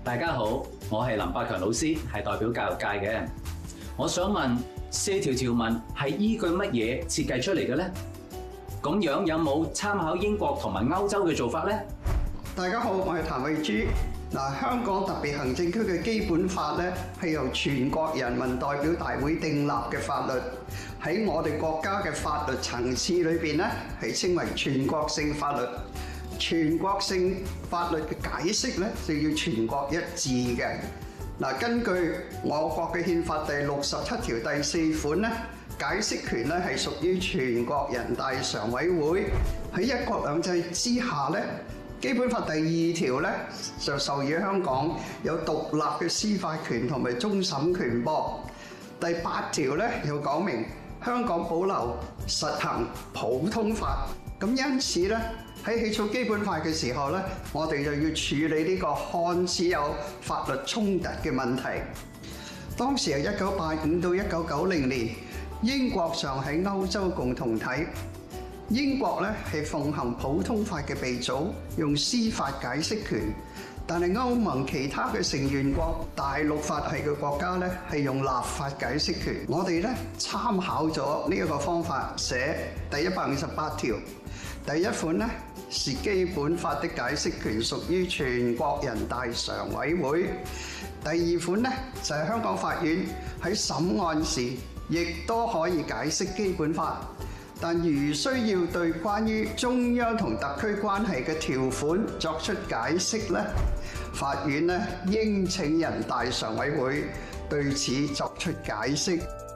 大家好，我係林百強老師，係代表教育界嘅。我想問4條條文係依據乜嘢設計出嚟嘅呢？咁樣有冇參考英國同埋歐洲嘅做法呢？ 大家好，我係譚慧珠。香港特別行政區嘅基本法咧，係由全國人民代表大會訂立嘅法律，喺我哋國家嘅法律層次裏邊咧，係稱為全國性法律。全國性法律嘅解釋咧，就要全國一致嘅。根據我國嘅憲法第67條第4款咧，解釋權咧係屬於全國人大常委會。喺一國兩制之下咧，基本法第2條咧就授予香港有獨立嘅司法權同埋終審權噃。第8條咧又講明香港保留實行普通法。咁因此咧，喺起草基本法嘅時候咧，我哋就要處理呢個看似有法律衝突嘅問題。當時係1985到1990年，英國尚喺歐洲共同體。英國咧係奉行普通法嘅鼻祖，用司法解釋權。但係歐盟其他嘅成員國、大陸法系嘅國家咧係用立法解釋權。我哋咧參考咗呢一個方法寫第158條。第一款咧是基本法的解釋權屬於全國人大常委會。第二款咧就係香港法院喺審案時亦都可以解釋基本法，但如需要對關於中央同特區關係嘅條款作出解釋咧，法院咧應請人大常委會對此作出解釋。